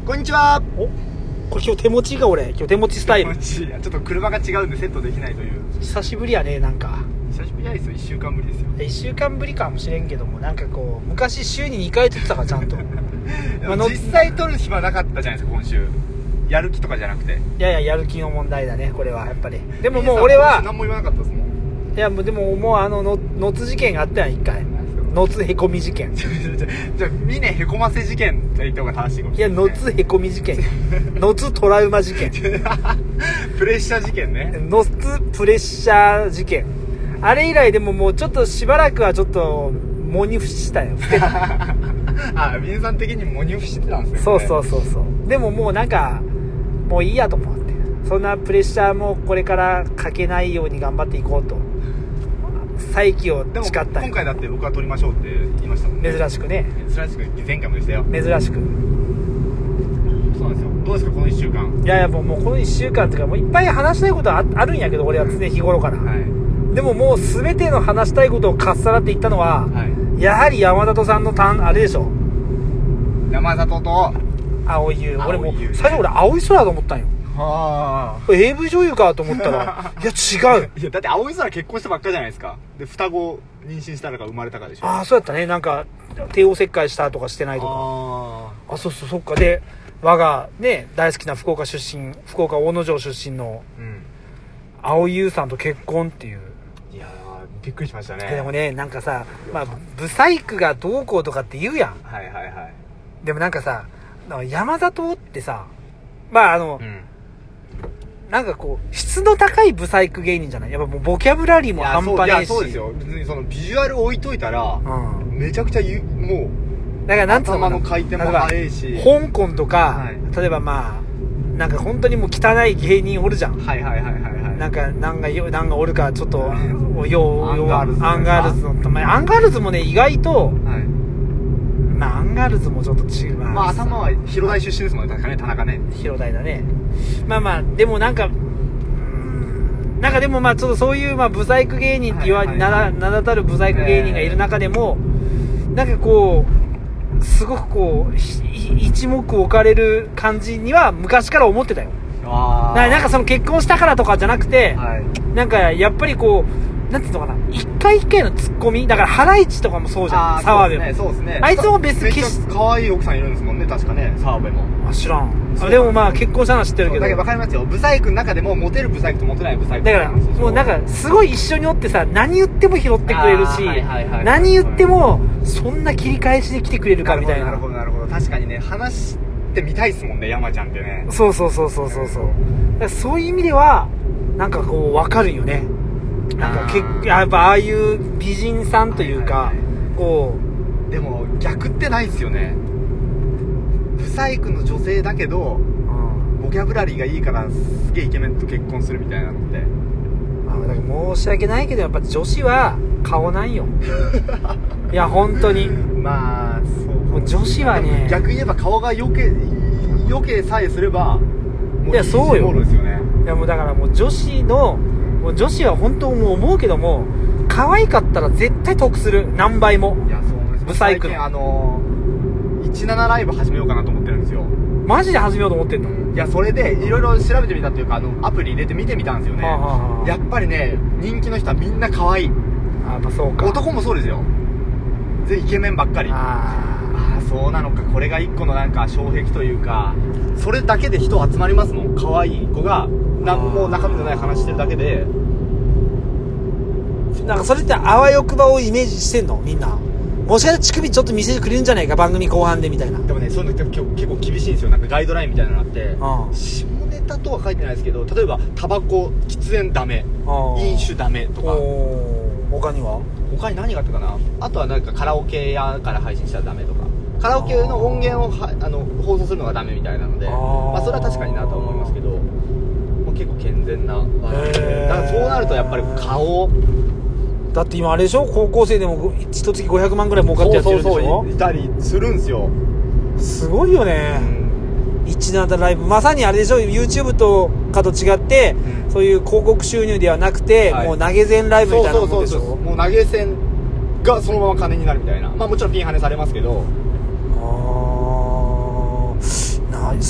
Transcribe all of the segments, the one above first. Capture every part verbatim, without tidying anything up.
こんにちは。 お、これ今日手持ちが俺今日手持ちスタイル。 ちょっと車が違うんでセットできないという。 久しぶりやね。なんか久しぶりやですよ。いっしゅうかんぶりですよ。 いっしゅうかんぶりかもしれんけども、なんかこう昔週ににかい撮ってたからちゃんとまあ、実際撮る暇なかったじゃないですか今週。やる気とかじゃなくて、 いやいややる気の問題だねこれはやっぱり。でももう俺は何も言わなかったですもん。 いやもうでももうあのののつ事件があったやん一回。のつへこみ事件。 じゃあ峰へこませ事件って言った方が正しいかもしれない、ね、 いやのつへこみ事件のつトラウマ事件プレッシャー事件ね。 のつプレッシャー事件。あれ以来でももうちょっとしばらくはちょっとモニフしたよ。 あ、皆さん的にモニフしてたんですね。 そうそうそうそう。でももうなんかもういいやと思って、そんなプレッシャーもこれからかけないように頑張っていこうと再起を誓った。 でも今回だって僕は撮りましょうって言いましたもんね。 珍しくね。 珍しく前回もでしたよ。 珍しく。 そうなんですよ。どうですかこのいっしゅうかん。 いやいやもうもうこのいっしゅうかんっていうかもういっぱい話したいことは あ, あるんやけど俺は常日頃から、はい、でももう全ての話したいことをかっさらって言ったのは、はい、やはり山里さんのタンあれでしょ。 山里と青い優。俺も最初俺青い空だと思ったんよ。はあ、エーブイ 女優かと思ったらいや違う。いやだって青い空結婚したばっかじゃないですか。で双子妊娠したのか生まれたかでしょ。 ああそうやったね。なんか帝王切開したとかしてないとか。ああそうそうそっか。で我がね大好きな福岡出身、福岡大野城出身の、うん、青井優さんと結婚っていう。 いやーびっくりしましたね。 でもねなんかさ、まあブサイクがどうこうとかって言うやん。 はいはいはい。 でもなんかさ山里ってさ、まああの、うん、なんかこう質の高いブサイク芸人じゃない。やっぱもうボキャブラリーも半端ないし。 いやそうですよ。別にそのビジュアル置いといたら、うん、めちゃくちゃゆもうだからなんつうのかな、 頭の回転も速いし、 香港とか、はい、例えばまあなんか本当にもう汚い芸人おるじゃん。はいはいはいはい、はい、なんかなんかなんかおるかちょっと、うん、ようアンガールズアンガールズの、まあ、アンガールズもね意外と、はい、まあアンガールズもちょっと違う。まあ、 まあ、頭は広大出身ですもんね。確かね田中ね。 広大だね。まあまあでもなんかなんかでもまあちょっとそういうまあブサイク芸人って言わ、はいはいはい、名だたるブサイク芸人がいる中でも、えー、なんかこうすごくこう一目置かれる感じには昔から思ってたよ。あなんかその結婚したからとかじゃなくて、はい、なんかやっぱりこうなんていうのかな、一回一回のツッコミだからハライチとかもそうじゃん。澤部もそうですね。あいつも別にめっちゃ可愛い奥さんいるんですもんね確かね澤部も。 あ知らん。あでもまあ結婚したのは知ってるけど。 だけど分かりますよ。ブサイクの中でもモテるブサイクとモテないブサイクだからもうなんかすごい一緒におってさ何言っても拾ってくれるし、何言ってもそんな切り返しで来てくれるかみたいな。 なるほどなるほど。確かにね話してみたいですもんね山ちゃんってね。 そうそうそうそうそうそう。だからそういう意味ではなんかこう分かるよね。なんかけやっぱああいう美人さんというか、はいはいはい、こうでも逆ってないですよね。ブサイクの女性だけど、うん、ボキャブラリーがいいからすげえイケメンと結婚するみたいなのってあだから申し訳ないけどやっぱ女子は顔なんよいや本当にまあそう女子はね逆に言えば顔がよけよけさえすればもういいいやそうよですよね。 いやもうだからもう女子のもう女子は本当もう思うけども可愛かったら絶対得する何倍も。 いやそうです。 ブサイクの最近あのー、じゅうななライブ始めようかなと思ってるんですよ。 マジで始めようと思ってんの？ いやそれでいろいろ調べてみたっていうかあのアプリ入れて見てみたんですよね、はあはあ、やっぱりね人気の人はみんな可愛い。 あやっぱそうか。 男もそうですよ。でイケメンばっかり。ああそうなのか。これが一個のなんか障壁というかそれだけで人集まりますもん。可愛い子が何も中身のない話してるだけで。 なんかそれってあわよくばをイメージしてんのみんな。もしかして乳首ちょっと見せてくれるんじゃないか番組後半でみたいな。でもねそういうのって結構厳しいんですよ。なんかガイドラインみたいなのがあって、うん、下ネタとは書いてないですけど例えばタバコ喫煙ダメ飲酒ダメとか。 他には他に何があったかな。あとはなんかカラオケ屋から配信したらダメとかカラオケの音源をはあの放送するのがダメみたいなので、あ、まあ、それは確かになとは思いますけどもう結構健全な。だからそうなるとやっぱり顔だって今あれでしょ高校生でも一月ごひゃくまんぐらい儲かってやってるんでしょ。そうそうそういたりするんですよ。 すごいよね、うん、いちななライブまさにあれでしょ YouTube とかと違って、うん、そういう広告収入ではなくて、はい、もう投げ銭ライブみたいなもんでしょ。そうそうそうそうもう投げ銭がそのまま金になるみたいな。まあもちろんピンハネされますけど。 ああ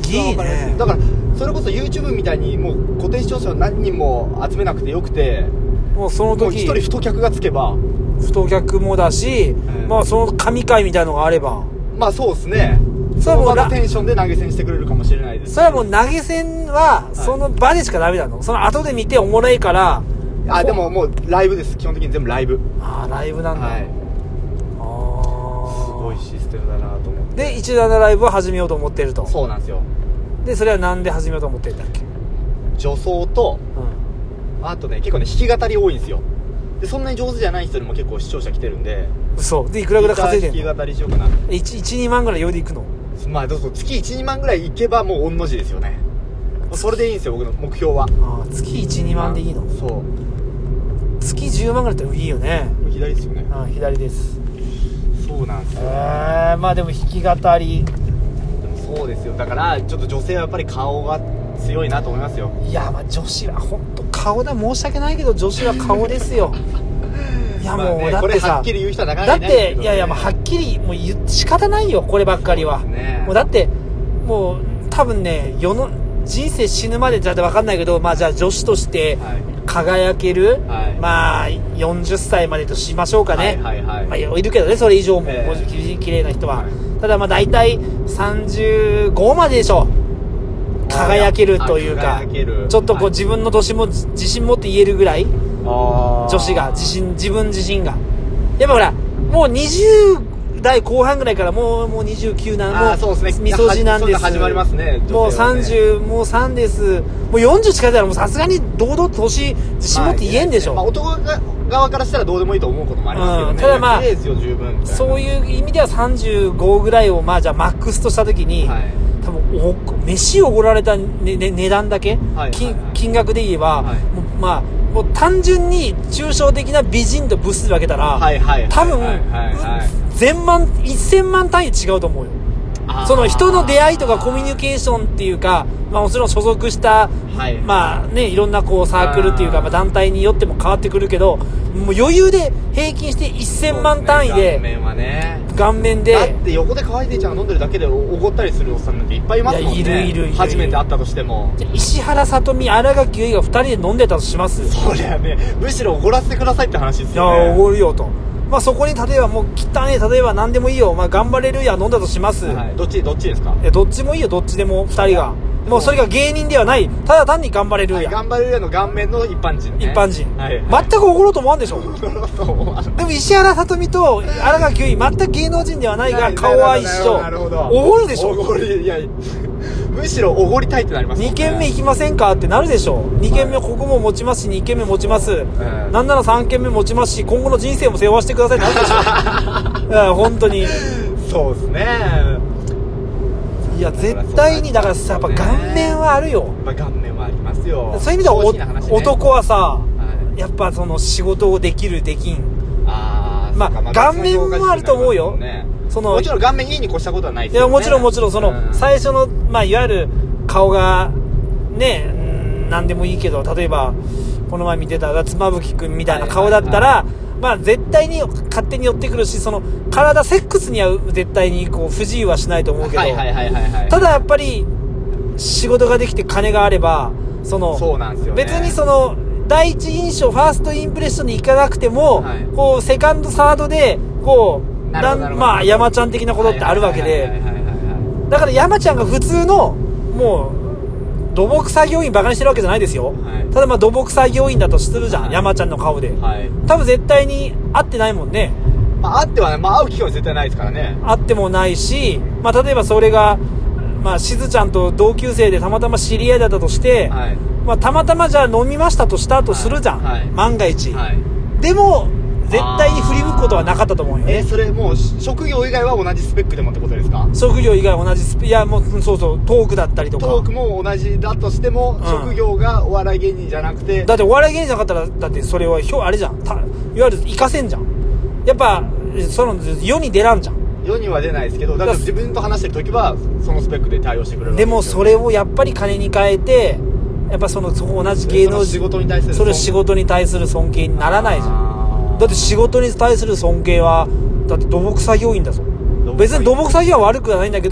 一番分かりやすい。 いいね。 だからそれこそ YouTube みたいにもう固定視聴者を何人も集めなくてよくて、 もうその時もう一人太客がつけば、 太客もだし、 うん、 まあその神回みたいなのがあれば、 まあそうですね、その場のテンションで投げ銭してくれるかもしれないです。 それはもう投げ銭はその場でしかダメなの、はい、その後で見ておもろいから。 あ、でももうライブです。基本的に全部ライブ。 ああ、ライブなんだ、はい、 ああ、すごいシステムだなと思って。 で一段のライブを始めようと思ってると。 そうなんですよ。 でそれはなんで始めようと思ってるんだっけ。 女装と、うん、あとね結構ね弾き語り多いんですよ。でそんなに上手じゃない人にも結構視聴者来てるんで。 嘘でいくらぐらい稼いでんの。 弾き語りしようかな。 いち、にまんぐらい余裕でいくの。 まあどうぞ月いち、にまんぐらいいけばもう御の字ですよね。それでいいんですよ僕の目標は。 ああ、月いち、にまんでいいの。 そう月じゅうまんぐらいっていいよね。 左ですよね。 ああ、左です。 そうなんですよ。 えー、まあでも弾き語り。 そうですよ。だからちょっと女性はやっぱり顔が強いなと思いますよ。 いや、まあ女子は本当顔だ、申し訳ないけど女子は顔ですよ。いやもう、ね、だってさ、これはっきり言う人はなかなかいないですけど、ね、 だっていやいや、まあはっきりもう言仕方ないよこればっかりは。 ね、 もうだってもう多分ね、世の人生死ぬまでじゃ分かんないけど、まあじゃあ女子として輝ける、はい、まあよんじゅっさいまでとしましょうかね。はいはいはい、まあいるけどね、それ以上も、えー、綺麗な人は、はい、ただまあ大体さんじゅうごまででしょ。輝けるというか、ちょっとこう自分の年も自信持って言えるぐらい、女子が自信、自分自身がやっぱほらもうにじゅう代後半ぐらいからもうもうにじゅうきゅうなんもうみそじなんです。 始まりますね。 もうさんじゅうもうさんです。もうよんじゅう近いたらもうさすがに堂々と年自信持って言えんでしょ。 まあ男側からしたらどうでもいいと思うこともありますけどね。うん、ただまあそういう意味ではさんじゅうごぐらいをまあじゃあマックスとした時に、はい、多分お飯をおごられた、ねね、値段だけ、はいはいはい、金, 金額で言えば、はい、もうまあもう単純に抽象的な美人とブスで分けたら、はいはいはい、多分、はいはいはい、全万せんまん単位違うと思うよ。その人の出会いとかコミュニケーションっていうか、まあ、もちろん所属した、はい、まあね、いろんなこうサークルっていうか、まあ、団体によっても変わってくるけど、もう余裕で平均してせんまん単位で、顔面はね、顔面で、 だって横で可愛い姉ちゃんが飲んでるだけでおごったりするおっさんなんていっぱいいますもんね。いや、いるいるいる。初めて会ったとしても。 じゃ石原さとみ、新垣結衣がふたりで飲んでたとします。 そりゃね、むしろおごらせてくださいって話ですよね。 いや、おごるよと。まあそこに例えばもう汚ね、例えば何でもいいよ、まあ頑張れるや飲んだとします。 はい、どっちどっちですか。 いや、どっちもいいよ、どっちでもふたりが。もうそれが芸人ではない、ただ単に頑張れるや、はい、 頑張れるやの顔面の一般人、ね、 一般人、はいはい、全くおごろうと思わんでしょ。でも石原さとみと新垣結衣全く芸能人ではないが顔は一緒。おごるでしょ。おごり、いやむしろおごりたいってなりますね。 にけんめ行きませんかってなるでしょ。にけんめここも持ちますしにけんめ持ちます、はい、なんならさんけんめ持ちますし今後の人生も背負わせてくださいってなるでしょ。いや本当にそうですね。 いや絶対にだからさ、やっぱ顔面はあるよ。 やっぱ顔面はありますよ。 そういう意味では、ね、男はさ、はい、やっぱその仕事をできるできん、あまあ顔面もあると思うよ、ね、そのもちろん顔面いいに越したことはないですよね。 いやもちろんもちろんその、うん、最初の、まあ、いわゆる顔がね何でもいいけど、例えばこの前見てた妻夫木君みたいな顔だったら、はいはいはい、まあ絶対に勝手に寄ってくるし、その体セックスには絶対にこう不自由はしないと思うけど、ただやっぱり仕事ができて金があれば、そのそうなんですよね、 別にその第一印象ファーストインプレッションに行かなくても、はい、こうセカンドサードでこうまあ山ちゃん的なことってあるわけで、だから山ちゃんが普通のもう土木作業員バカにしてるわけじゃないですよ、はい、ただまあ土木作業員だとするじゃん、はい、山ちゃんの顔で、はい、多分絶対に会ってないもんね。 まあ会ってはね、まあ会う機会は絶対ないですからね。 会ってもないし、まあ例えばそれがまあしずちゃんと同級生でたまたま知り合いだったとして、はい、まあたまたまじゃあ飲みましたとしたとするじゃん、はいはい、万が一、はい、でも絶対に振り向くことはなかったと思うよね。 えー、それもう職業以外は同じスペックでもってことですか。 職業以外は同じスペいやもうそうそうトークだったりとか、 トークも同じだとしても、うん、職業がお笑い芸人じゃなくて、 だってお笑い芸人じゃなかったらだってそれはあれじゃん、たいわゆる活かせんじゃん。やっぱその世に出らんじゃん。 世には出ないですけど、だって自分と話してる時はそのスペックで対応してくれるわけですよね。 でもそれをやっぱり金に変えて、やっぱそのそこ同じ芸能人、 仕事に対するそれ仕事に対する尊敬にならないじゃん。だって仕事に対する尊敬はだって土木作業員だぞ。別に土木作業は悪くはないんだけど、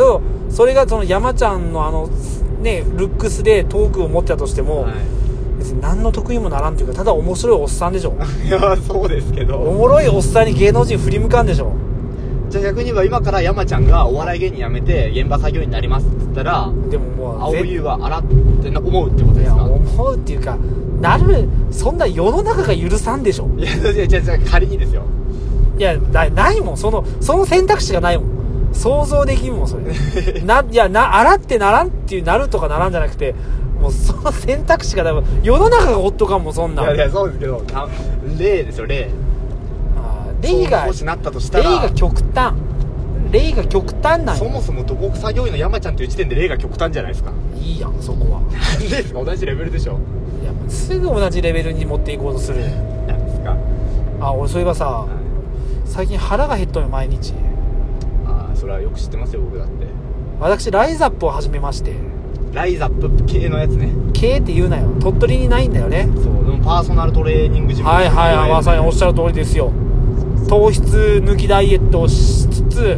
それがその山ちゃんのあのねルックスでトークを持ってたとしても、はい、別に何の得意もならんっていうか、ただ面白いおっさんでしょ。 いやそうですけど、 おもろいおっさんに芸能人振り向かんでしょ。 じゃあ逆に言えば今から山ちゃんがお笑い芸人辞めて現場作業員になりますって言ったら、 でももう青優はあらって思うってことですか。 いや思うっていうか、なるそんな世の中が許さんでしょ。 いやいやいやいや仮にですよ。 いやなないもん、そのその選択肢がないもん。想像できんもんそれ。ないやなあらってならんっていうなるとかならんじゃなくて、もうその選択肢がないもん。世の中がおっとかもそんな。 いやいやそうですけど、例ですよ例。 あ例がもしなったとしたら例が極端。例が極端なんや。 そもそも土木作業員の山ちゃんという時点で例が極端じゃないですか。 いいやんそこは。 なんでですか、同じレベルでしょ。 いやすぐ同じレベルに持っていこうとする。 なんですか。 あ俺そういえばさ、はい、最近腹が減っとんよ毎日。 ああそれはよく知ってますよ僕だって。 私ライザップを始めまして。 ライザップ系のやつね。 系って言うなよ、鳥取にないんだよね。 そうでもパーソナルトレーニングジム。 はいはいはい、まさにおっしゃる通りですよ。糖質抜きダイエットをしつつ、はい、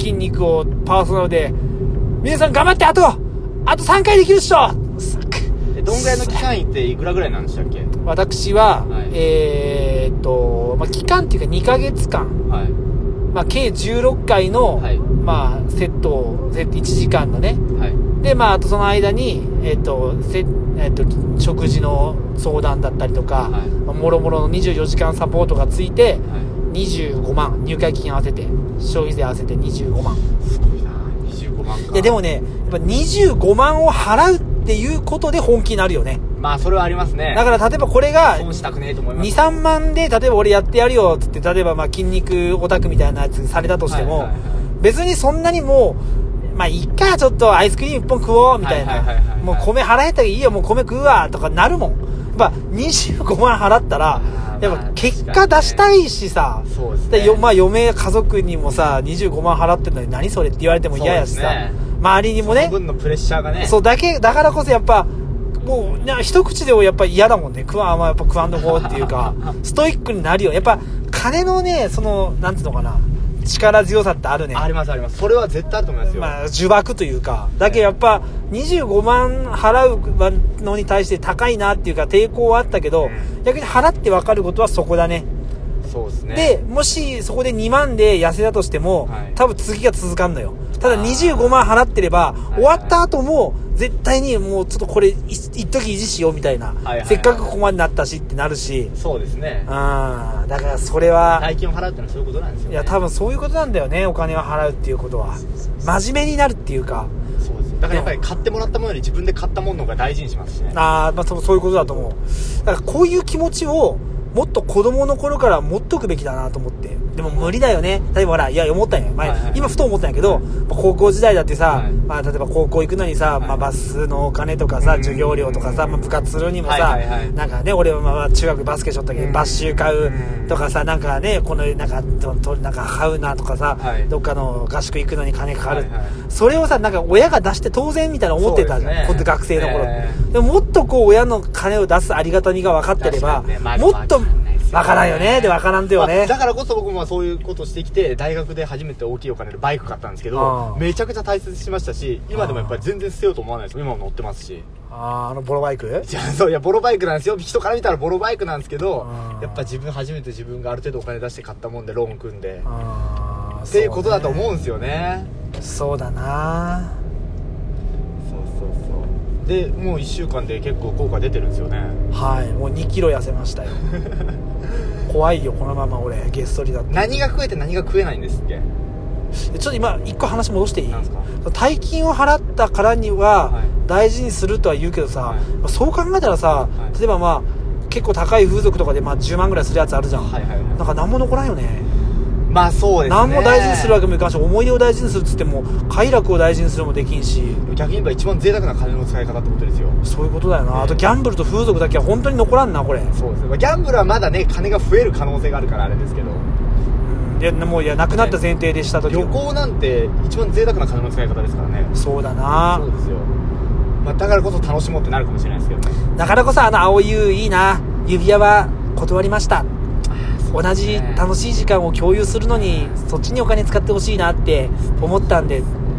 筋肉をパーソナルで皆さん頑張って、あとあとさんかいできるっしょ。 えどんぐらいの期間っていくらぐらいなんでしたっけ。 私は、はい、えー、っと、まあ、期間っていうかにかげつかん、はい、まあ、計じゅうろっかいの、はい、まあ、セットをいちじかんのね、はい、でまああとその間にえー、っとせえー、っと食事の相談だったりとか、はい、まあ、もろもろのにじゅうよじかんサポートがついて、はい、にじゅうごまん、入会金合わせて消費税合わせてにじゅうごまん。 すごいな、にじゅうごまんか。 いやでもね、やっぱにじゅうごまんを払うっていうことで本気になるよね。 まあそれはありますね。 だから例えばこれが損したくねえと思います。 にさんまんで例えば俺やってやるよっつって、例えばまあ筋肉オタクみたいなやつされたとしても、はいはいはい、別にそんなにもうまあいっか、ちょっとアイスクリームいっぽん食おうみたいな、はいはいはいはい、もう米払えたらいいよ、もう米食うわとかなるもん。やっぱにじゅうごまん払ったらやっぱ結果出したいしさ、 ね、そうですね。 でまあ嫁家族にもさにじゅうごまん払ってるのに何それって言われても嫌やしさ、ね、周りにもね、 その分のプレッシャーがね、 そうだけだからこそやっぱもうな一口でもやっぱ嫌だもんね。食わん、まあ、やっぱ食わんとこうっていうかストイックになるよ。やっぱ金のね、そのなんていうのかな、力強さってあるね。 ありますあります。それは絶対あると思いますよ。 まあ呪縛というか、だけどやっぱにじゅうごまん払うのに対して高いなっていうか抵抗はあったけど、うん、逆に払って分かることはそこだね。 そうですね。 でもしそこでにまんで痩せたとしても、はい、多分次が続かんのよ。ただにじゅうごまん払ってれば終わった後も絶対にもうちょっとこれ一時維持しようみたいな、はいはいはい、せっかくここまでなったしってなるし。 そうですね。 あだからそれは大金を払うってのはそういうことなんですよね。 いや多分そういうことなんだよね。お金を払うっていうことは真面目になるっていうか。 そうです。だからやっぱり買ってもらったものより自分で買ったものの方が大事にしますしね。 ああ、まあそういうことだと思う。だからこういう気持ちをもっと子供の頃から持っとくべきだなと思って。でも無理だよね。例えばほら、いや思ったんよ、前、はいはい、今ふと思ったんやけど、はい、高校時代だってさ、はい、まあ例えば高校行くのにさ、はい、まあバスのお金とかさ、授業料とかさ、まあ、部活するにもさ、はいはいはい、なんかね、俺はまあ中学バスケしとったけど、バッシュ買うとかさ、なんかね、このなんかとなんか買うなとかさ、はい、どっかの合宿行くのに金かかる、はいはい、それをさ、なんか親が出して当然みたいな思ってたじゃん、ね、学生の頃、えー、でももっとこう親の金を出すありがたみが分かってれば、ね、まあ、もっと分からんよね。で分からんとよね、まあ、だからこそ僕もそういうことしてきて大学で初めて大きいお金でバイク買ったんですけど、めちゃくちゃ大切にしましたし、今でもやっぱり全然捨てようと思わないです。今も乗ってますし。 ああ、あのボロバイク？ いや、そう、いやボロバイクなんですよ。人から見たらボロバイクなんですけど、やっぱ自分初めて自分がある程度お金出して買ったもんでローン組んでっていうことだと思うんですよね。 そうだな。 そうそうそう。でもういっしゅうかんで結構効果出てるんですよね。 はい、もうにキロ痩せましたよ。怖いよ、このまま俺ゲストリだって。 何が食えて何が食えないんですっけ。 ちょっと今一個話戻していい？ なんですか？ 大金を払ったからには大事にするとは言うけどさ、はい、そう考えたらさ、はい、例えばまあ結構高い風俗とかでまあじゅうまんぐらいするやつあるじゃん、はいはいはい、なんか何も残らんよね。 まあそうですね。 何も大事にするわけもいかんし、思い出を大事にするっつっても快楽を大事にするもできんし、 逆に言えば一番贅沢な金の使い方ってことですよ。 そういうことだよな、えー、あとギャンブルと風俗だけは本当に残らんなこれ。 そうですね。ギャンブルはまだね金が増える可能性があるからあれですけど、 いやもういやなくなった前提でした時、 旅行なんて一番贅沢な金の使い方ですからね。 そうだな。 そうですよ、まあ、だからこそ楽しもうってなるかもしれないですけどね。 だからこそあの青湯いいな、指輪は断りました。同じ楽しい時間を共有するのにそっちにお金使ってほしいなって思ったんで、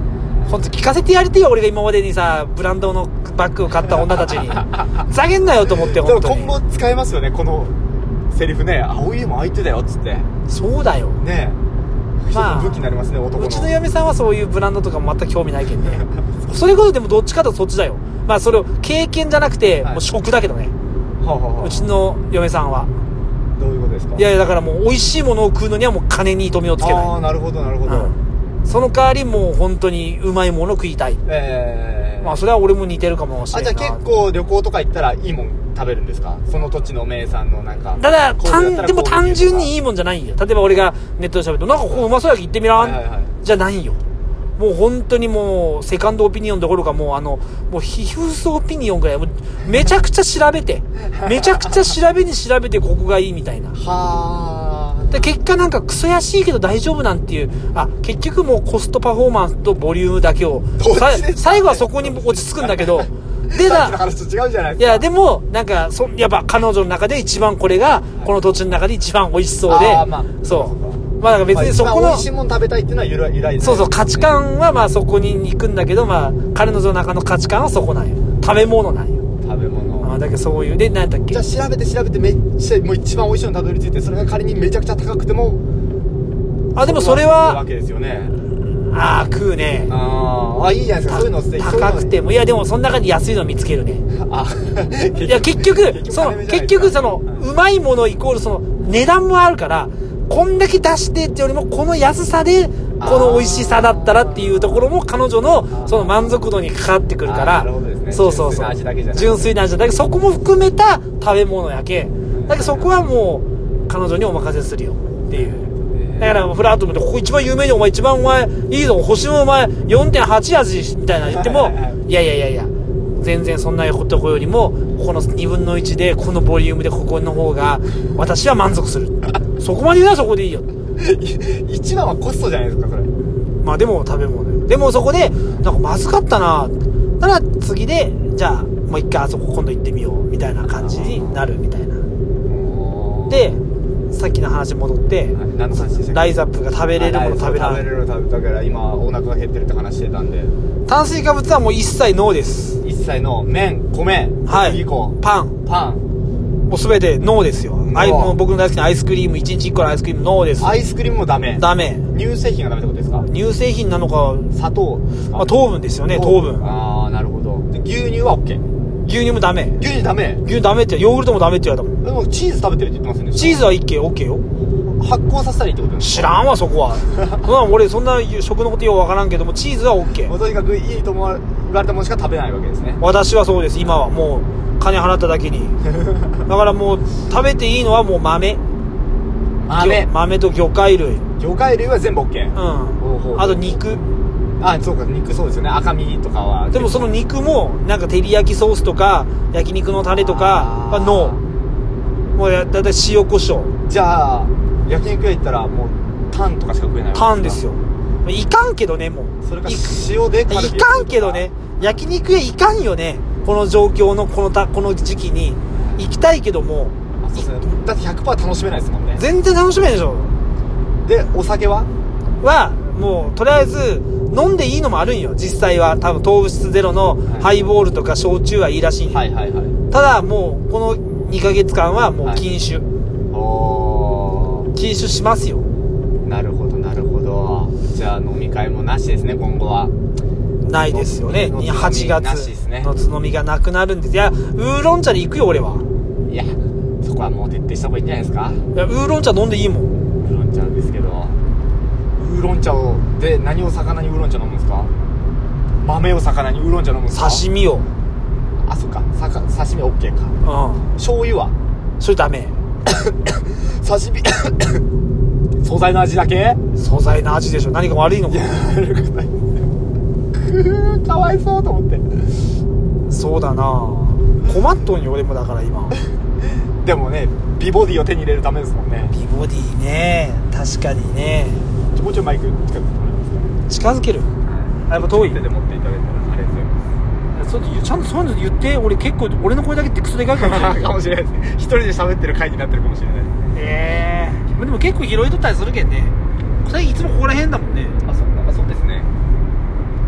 本当聞かせてやりてよ、俺が今までにさブランドのバッグを買った女たちにふざけんなよと思って。本当にでも今後使えますよねこのセリフね。青いも相手だよっつって。 そうだよねえ、まあ、武器になりますね男の。 うちの嫁さんはそういうブランドとか全く興味ないけんねそれこそでもどっちかとそっちだよ。まあそれを経験じゃなくて、はい、もう食だけどね、はあはあ、うちの嫁さんは。 どういうことですか？ いやいやだからもう美味しいものを食うのにはもう金に糸目をつけない。 ああなるほどなるほど、うん、 その代わりもう本当にうまいものを食いたい。えー、まあそれは俺も似てるかもしれない。 あ、じゃあ結構旅行とか行ったらいいもん食べるんですか？その土地の名産のなんか。 ただ単でも単純にいいもんじゃないよ。例えば俺がネットで喋るとなんかここうまそうやき行ってみらん、はいはいはい、じゃないよ。もう本当にもうセカンドオピニオンどころかもうあのもうヒフスオピニオンぐらいもうめちゃくちゃ調べてめちゃくちゃ調べに調べてここがいいみたいな。はあ。で結果なんかクソ安いけど大丈夫なんていう、あ結局もうコストパフォーマンスとボリュームだけを最後はそこに落ち着くんだけどでだいやでもなんかそやっぱ彼女の中で一番これがこの土地の中で一番美味しそうで、まあ、そうまあなんか別にそこの、まあ、美味しいもの食べたいっていうのは由来由来ですね。そうそう価値観はまあそこに行くんだけど、まあ彼女の中の価値観はそこなんよ。食べ物なんよ。食べ物。あだけどそういうで何だっけ。じゃあ調べて調べてめっちゃもう一番美味しいの食べるついてそれが仮にめちゃくちゃ高くてもあでもそれはわけですよね。ああ食うね。ああいいじゃないですか。そういうの高くてもいやでもその中に安いの見つけるね。あいや結局その結局そのうまいものイコールその値段もあるから。こんだけ出してってよりもこの安さでこの美味しさだったらっていうところも彼女のその満足度にかかってくるから、ね、そうそうそう純粋な味だけどそこも含めた食べ物やけだけどそこはもう彼女にお任せするよっていう。だからフラット見てここ一番有名でお前一番お前いいぞ星もお前 よんてんはち 味みたいな言ってもいやいやいやいや全然そんなとこよりもここのにぶんのいちでこのボリュームでここの方が私は満足するそこまで言うならそこでいいよ一番はコストじゃないですかそれ。まあでも食べ物よ。でもそこでなんかまずかったなたら次でじゃあもう一回あそこ今度行ってみようみたいな感じになるみたいな。でさっきの話戻って、はい、何の話でしたっけ？ライザップが食べれるもの食べられる食べれる食べだから今お腹が減ってるって話してたんで炭水化物はもう一切ノーです。一切ノー。麺米はいパンパンもう全てノーですよ。アイもう僕の大好きなアイスクリームいちにちいっこのアイスクリームノーです。アイスクリームもダメダメ。乳製品がダメってことですか？乳製品なのか砂糖ですか？まあ、糖分ですよね。糖分。ああなるほど。で牛乳は OK？ 牛乳もダメ。牛乳ダメ。牛乳ダメってヨーグルトもダメって言われたもん。でもチーズ食べてるって言ってますよね。チーズは OK OK よ。発酵させたらいいってことですか？知らんわそこはそんな俺そんな食のことようわからんけどもチーズは OK。 とにかくいいと思われたものしか食べないわけですね。私はそうです。今はもう金払っただけにだからもう食べていいのはもう豆豆豆と魚介類魚介類は全部 OK。 うんあと肉あそうか肉そうですよね。赤身とかはでもその肉もなんか照り焼きソースとか焼肉のタレとかはノー。もうだいたい塩コショウ。じゃあ焼肉屋行ったらもうタンとかしか食えないわけですか？タンですよ。いかんけどねもうそれか塩でカルビいかんけどね焼肉屋いかんよねこの状況のこのたこの時期に行きたいけどもあそうですね。だって ひゃくパーセント 楽しめないですもんね。全然楽しめないでしょ。でお酒ははもうとりあえず飲んでいいのもあるんよ実際は。多分糖質ゼロのハイボールとか焼酎はいいらしいんよ、はいはいはい、ただもうこのにかげつかんはもう禁酒、はい、お禁酒しますよ。なるほどなるほど。じゃあ飲み会もなしですね今後は。ないですよね。はちがつのつのみがなくなるんです。いやウーロン茶で行くよ俺は。いやそこはもう徹底した方がいいんじゃないですか。いやウーロン茶飲んでいいもん。ウーロン茶ですけどウーロン茶をで何を魚にウーロン茶飲むんですか？豆を魚にウーロン茶飲むんですか？刺身を。あそっかさか刺身 OK か。うん醤油はそれダメ刺身素材の味だけ？素材の味でしょ。何か悪いのか。悪くないくかわいそうと思って。そうだな困っとんよ俺もだから今でもね美ボディを手に入れるためですもんね。美ボディね確かにね。もうちょいマイク近づけてもらえますか？近づける、はい、やっぱ遠い手で持っていただいたらありがとうございます。そうちゃんとそういうの言って。俺結構俺の声だけってクソでかいかもしれないかもしれないです一人で喋ってる回になってるかもしれない。ええー、でも結構拾いとったりするけんね。それいつもここら辺だもんね。あ、そあそうですね。いやで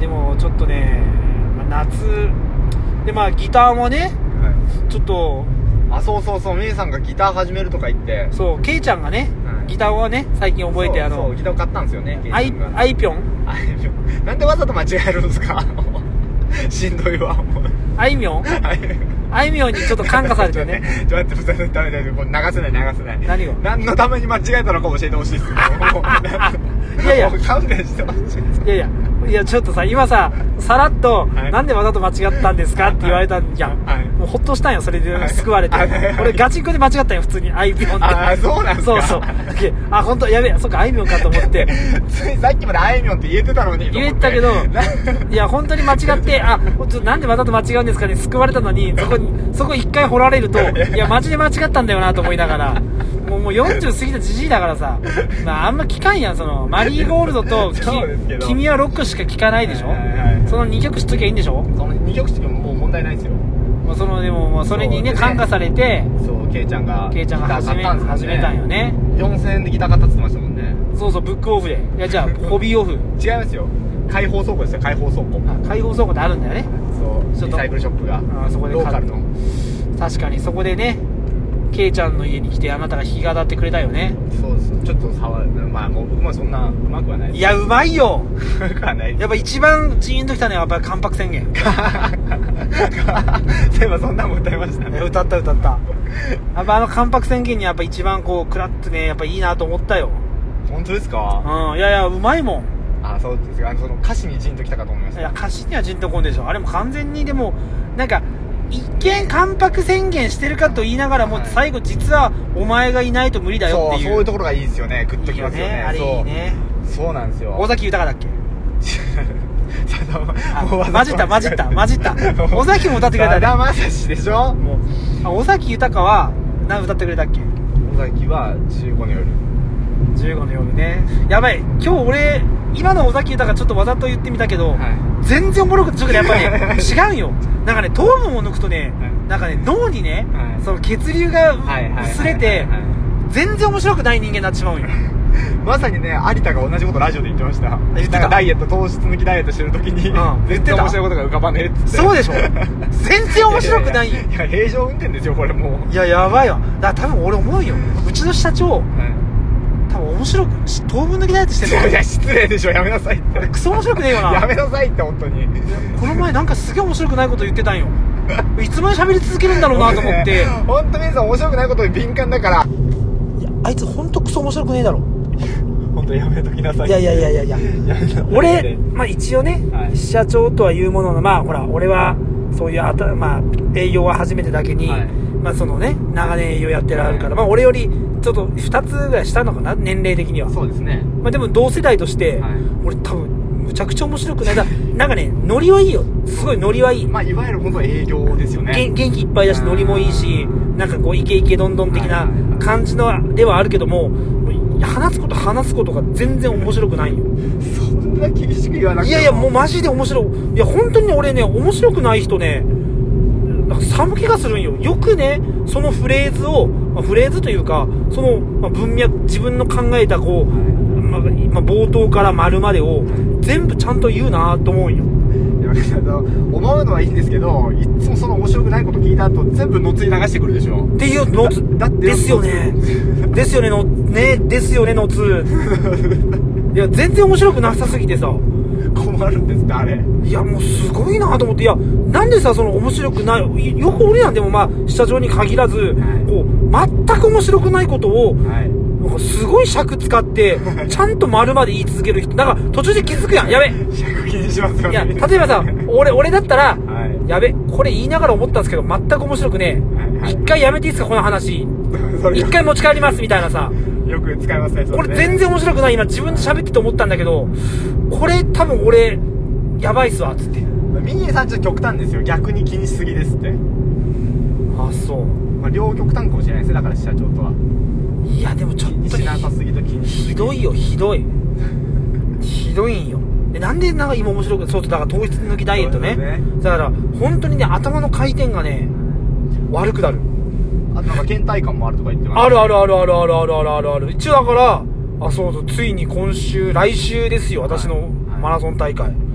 でもちょっとね、まあ、夏でまあギターもね、はい、ちょっとあそうそうそう、みゆさんがギター始めるとか言って、 そうケイちゃんがね、はい、ギターをね最近覚えて、 そうあのそうギターを買ったんですよね。 アイアイピョンアイピョンなんでわざと間違えるんですかしんどいわもうあいみょんあいみょんにちょっと感化されてねちょっと待ってダメだよ、これ流せない流せない。 何が何のために間違えたのか教えてほしいですけどいやいや勘弁してほしい。 いやいやいやちょっとさ今ささらっと、はい、なんでわざと間違ったんですかって言われたんじゃん、はい、もうほっとしたんよそれで救われて、はい、俺ガチンコで間違ったんよ普通にあいみょんってあそうなんですか。 そうそうあ本当やべえそっかあいみょんかと思ってついさっきまであいみょんって言えてたのに言えたけどいや本当に間違ってあなんでわざと間違うんですかね救われたのにそこにそこ一回掘られるといやマジで間違ったんだよなと思いながらもうもうよんじゅう過ぎたじじいだからさ、まあ、あんま聞かんやんそのマリーゴールドと君はロックしか聞かないでしょ、はいはいはい、そのにきょく知っときゃいいんでしょ。 そのにきょく知っときゃもう問題ないですよ。 もうそのでももうそれにね感化されてそうケイちゃんがケイちゃんが始め、始めたんよね。 よんせんえんでギター買ったって言ってましたもんね。 そうそうブックオフでいやじゃあホビーオフ違いますよ開放倉庫ですよ。開放倉庫あ開放倉庫ってあるんだよね。 そうリサイクルショップがあそこでローカルの確かにそこでねケイちゃんの家に来てあなたが弾き語ってくれたよね。 そうですちょっと触るまあもう僕もそんなうまくはないです。 いやうまいようまくはないやっぱ一番ジーンときたのはやっぱり関白宣言そういえばそんなも歌いましたね。 歌った歌ったやっぱあの関白宣言にやっぱ一番こうクラッとねやっぱいいなと思ったよ。 本当ですか。 うんいやいやうまいもん。 あそうですか。その歌詞にジーンときたかと思いました。 いや歌詞にはジーンとこんでしょ。あれも完全にでもなんか一見関白宣言してるかと言いながらも、はい、最後実はお前がいないと無理だよっていう。 そうそういうところがいいですよね。グッときますよね。いいよねあれいいね。 そう、そうなんですよ。 尾崎豊だっけ混じった混じった混じった尾崎も歌ってくれたね。 さだまさしでしょ。もう尾崎豊は何歌ってくれたっけ。 尾崎はじゅうごの夜じゅうごの夜ね。やばい今日俺今の尾崎豊ちょっとわざと言ってみたけど、はい、全然おもろくてちょっとやっぱね違うよ。なんかね糖分を抜くとね、はい、なんかね脳にね、はい、その血流が薄れて全然面白くない人間になってしまうんよまさにね有田が同じことラジオで言ってました。言ってた。なんかダイエット糖質抜きダイエットしてる時に、うん、全然面白いことが浮かばねえっつって。 そうでしょ全然面白くないよ。 いや平常運転ですよこれもう。 いややばいわ。だから多分俺思うようちの社長、はい多分面白く糖分抜きダイエットしてるの。 いや失礼でしょやめなさいって。 クソ面白くねえよなやめなさいって本当に。 この前なんかすげえ面白くないこと言ってたんよいつまで喋り続けるんだろうなと思って本当に皆さん面白くないことに敏感だから。 いやあいつ本当クソ面白くねえだろ本当やめときなさい。 いやいやいやいやいや俺まあ一応ね、はい、社長とは言うもののまあほら俺はそういうあた、まあ、営業は初めてだけに、はいまあそのね長年営業やってられるから、はい、まあ俺よりちょっとふたつぐらい下のかな年齢的には。 そうですね。 まあでも同世代として、はい、俺多分むちゃくちゃ面白くないだなんかねノリはいいよすごいノリはいい。 まあいわゆる本当営業ですよね。 元気いっぱいだしノリもいいしなんかこうイケイケどんどん的な感じのではあるけども話すこと話すことが全然面白くないよ。 そんな厳しく言わなくても。 いやいやもうマジで面白い。いや本当に俺ね面白くない人ねなんか寒気がするんよ。よくねそのフレーズを、まあ、フレーズというかその、まあ、文脈自分の考えたこう、まあまあ、冒頭から丸までを全部ちゃんと言うなと思うんよ。 思うのはいいんですけどいつもその面白くないこと聞いた後全部のつい流してくるでしょっていうのつだってですよねですよねのねですよねのついや全然面白くなさすぎてさ困るんですってあれ。 いやもうすごいなと思って。いやなんでさその面白くないよく俺なんでもまあ社長に限らず、はい、こう全く面白くないことを、はい、なんかすごい尺使ってちゃんと丸まで言い続ける人なんか途中で気づくやん。やべ尺気にしますよね。 いや例えばさ俺俺だったら、はい、やべこれ言いながら思ったんですけど全く面白くねえ、はいはい、一回やめていいですかこの話一回持ち帰りますみたいなさよく使いますね。 これ全然面白くない今自分で喋ってて思ったんだけどこれ多分俺やばいっすわっつって。 ミニーさんちょっと極端ですよ。逆に気にしすぎですって。 あそう、 まあ、両極端かもしれないですねだから社長とは。 いやでもちょっと気にしなさすぎと気にしすぎひどいよひどいひどいんよ。でなんでなんか今面白くそうだから糖質抜きダイエット ね, ねだから本当にね頭の回転がね悪くなる。 あとなんか倦怠感もあるとか言ってます、ね、 あるあるあるあるあるあるあるあるある。一応だからあそうそうついに今週来週ですよ私のマラソン大会、はいはい、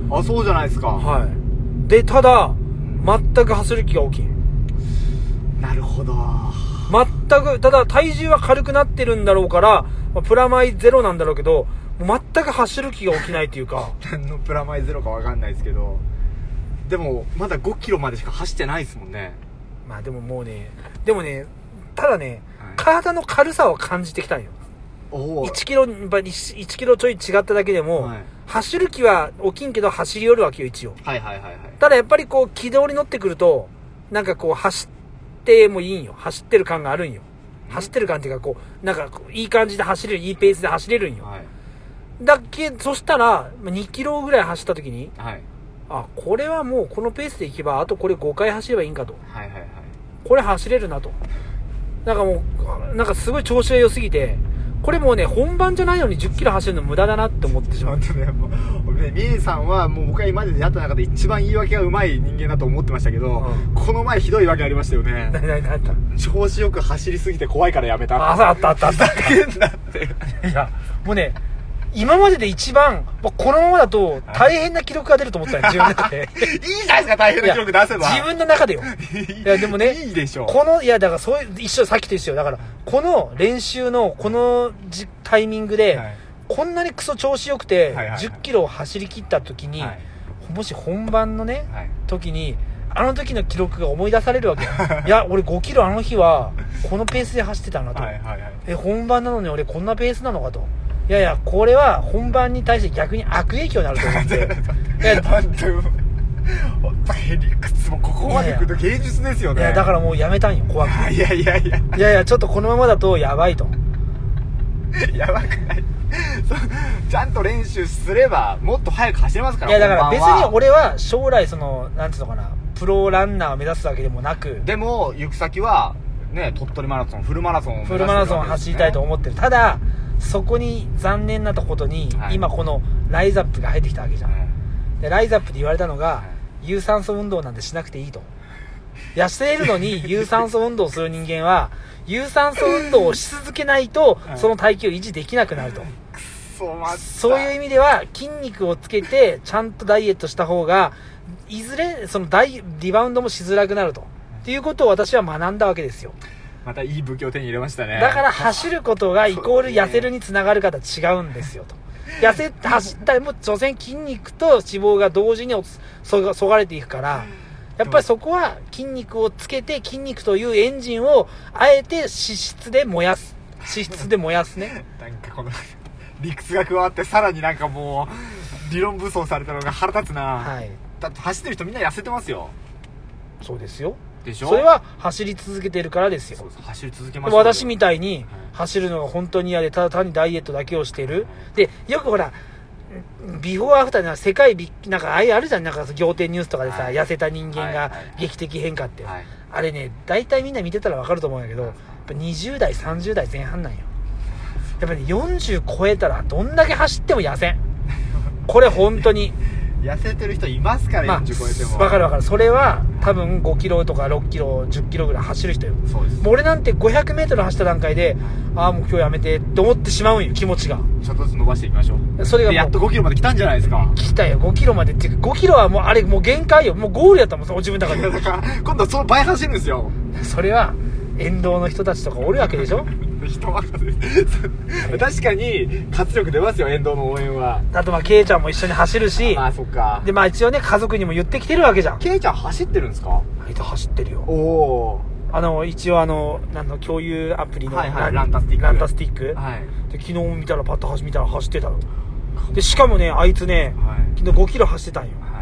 あ、そうじゃないですか。 はいでただ全く走る気が起きん。 なるほど。 全くただ体重は軽くなってるんだろうから、まあ、プラマイゼロなんだろうけどもう全く走る気が起きないっていうか何のプラマイゼロか分かんないですけど、でもまだごキロまでしか走ってないですもんね。 まあでももうねでもねただね、 はい、 体の軽さを感じてきたんよ。 おいちキロいちキロちょい違っただけでも、はい、走る気は起きんけど走り寄るわけよ一応。 はいはいはいはい。 ただやっぱりこう軌道に乗ってくるとなんかこう走ってもいいんよ。走ってる感があるんよ。走ってる感っていうかこうなんかいい感じで走れるいいペースで走れるんよ。はい、だけそしたらにキロぐらい走った時に、はい、あこれはもうこのペースでいけばあとこれごかい走ればいいんかと。はいはいはい。これ走れるなと。なんかもうなんかすごい調子が良すぎて。これもうね本番じゃないのにじゅっキロ走るの無駄だなって思ってしまう。ね、もうね、ミエさんはもう僕が今まで出会った中で一番言い訳がうまい人間だと思ってましたけど、うん、この前ひどいわけありましたよね。何何何あった？調子よく走りすぎて怖いからやめた。 ああったあったあった。 ふざけんなって。 いやもうね今までで一番このままだと大変な記録が出ると思ったよ自分の中で。 いいじゃないですか大変な記録出せば。 自分の中でよ。いやでもねいいでしょ。 このいやだからそういう一緒さっきと一緒だからこの練習のこのタイミングで、はい、こんなにクソ調子よくて、はいはいはい、じゅっキロを走り切った時に、はい、もし本番のね、はい、時にあの時の記録が思い出されるわけよ。いや俺ごキロあの日はこのペースで走ってたなと。はいはいはい、え本番なのに俺こんなペースなのかと。いやいやこれは本番に対して逆に悪影響になると思って。いや本当ヘリクツもここまで来ると芸術ですよね。 いやだからもうやめたんよ怖くて。 いやいやいやいやいやちょっとこのままだとやばいと。 やばくないちゃんと練習すればもっと速く走れますから。 いやだから別に俺は将来そのなんていうのかなプロランナーを目指すわけでもなく、 でも行く先はね鳥取マラソンフルマラソンを目指フルマラソンを走りたいと思ってる。ただそこに残念なことに、はい、今このライザップが入ってきたわけじゃん、はい、でライザップで言われたのが、はい、有酸素運動なんてしなくていいと。痩せるのに有酸素運動をする人間は有酸素運動をし続けないとその体型を維持できなくなると。そういう意味では筋肉をつけてちゃんとダイエットした方がいずれそのダイリバウンドもしづらくなるとっていうことを私は学んだわけですよ。 またいい武器を手に入れましたね。 だから走ることがイコール痩せるにつながるかと違うんですよと。痩せて走ったらもう所詮筋肉と脂肪が同時にそが、そがれていくからやっぱりそこは筋肉をつけて筋肉というエンジンをあえて脂質で燃やす脂質で燃やすね。 なんかこの理屈が加わってさらになんかもう理論武装されたのが腹立つな、はい、だって走ってる人みんな痩せてますよ。 そうですよ。 でしょ。 それは走り続けてるからですよ。 そうそう走り続けましょう。 私みたいに走るのが本当に嫌でただ単にダイエットだけをしてる、でよくほらビフォーアフターで世界ビなんかああいうあるじゃん、なんか仰天ニュースとかでさ、はい、痩せた人間が劇的変化って、はいはい、あれね大体みんな見てたら分かると思うんだけど、やっぱにじゅう代さんじゅう代前半なんよ。やっぱり、ね、よんじゅう超えたらどんだけ走っても痩せん。これ本当に痩せてる人いますから、まあ、よんじゅう超えても。 分かる分かる。それは多分ごキロとかろっキロじゅっキロぐらい走る人よ。 そうです。 もう俺なんてごひゃくメートル走った段階で、ああもう今日やめてって思ってしまうんよ、気持ちが。 ちょっとずつ伸ばしていきましょう。 それがやっとごキロまで来たんじゃないですか。 来たよごキロまでっていうか、ごキロはもうあれもう限界よ。もうゴールやったもん自分の中で。 だから今度はその倍走るんですよ。 それは沿道の人たちとかおるわけでしょ。 人任せです確かに活力出ますよ、沿道の応援は。 あとまあケイちゃんも一緒に走るし、 まあそっか。 でまあ一応ね家族にも言ってきてるわけじゃん。 ケイちゃん走ってるんですか。 あいつ走ってるよ。 おお。 あの一応あのなんの共有アプリの、 はいはい、ランタスティックランタスティック、はい、で昨日見たらパッと走見たら走ってたので、しかもねあいつね、はい、昨日ごキロ走ってたんよ、はい、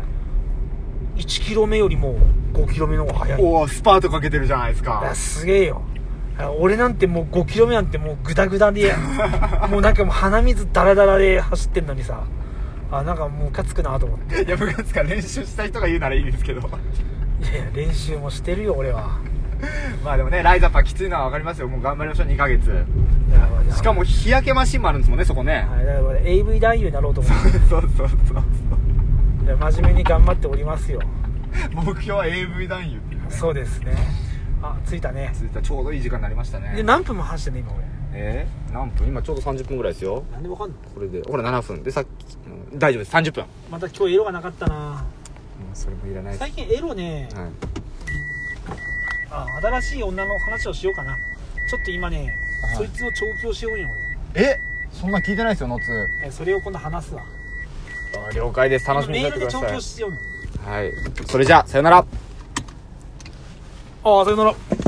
いちキロ目よりもごキロ目の方が速い。 おお、スパートかけてるじゃないですか。 いやすげえよ。俺なんてもうごキロ目なんてもうグダグダでもうなんかもう鼻水ダラダラで走ってんのにさ、あなんかムカつくなと思って。 いやムカつか練習した人が言うならいいですけど。 いやいや練習もしてるよ俺は。 まあでもねライザップはきついのは分かりますよ。もう頑張りましょうにかげつ。しかも日焼けマシンもあるんですもんねそこね。 はい、だから エーブイ 男優になろうと思って。 そうそうそうそう。 いや真面目に頑張っておりますよ。 目標は エーブイ 男優っていう、ね、 そうですね。あ着いたね。 着いた。ちょうどいい時間になりましたね。 で何分も走ってね今俺。 えー、何分？今ちょうどさんじゅっぷんぐらいですよ。 なんでわかんの？ これでほらななふんでさっき、うん、大丈夫です。さんじゅっぷん。 また今日エロがなかったな。 もうそれもいらないです。 最近エロね、 はい、 あ新しい女の話をしようかな。ちょっと今ね、はい、そいつの調教しようよ俺。えそんなん聞いてないですよノッツ。 えそれを今度話すわ。 あ了解です。楽しみにしててください。 メールで調教しようの。 はい、それじゃあさよなら。 ああさよなら。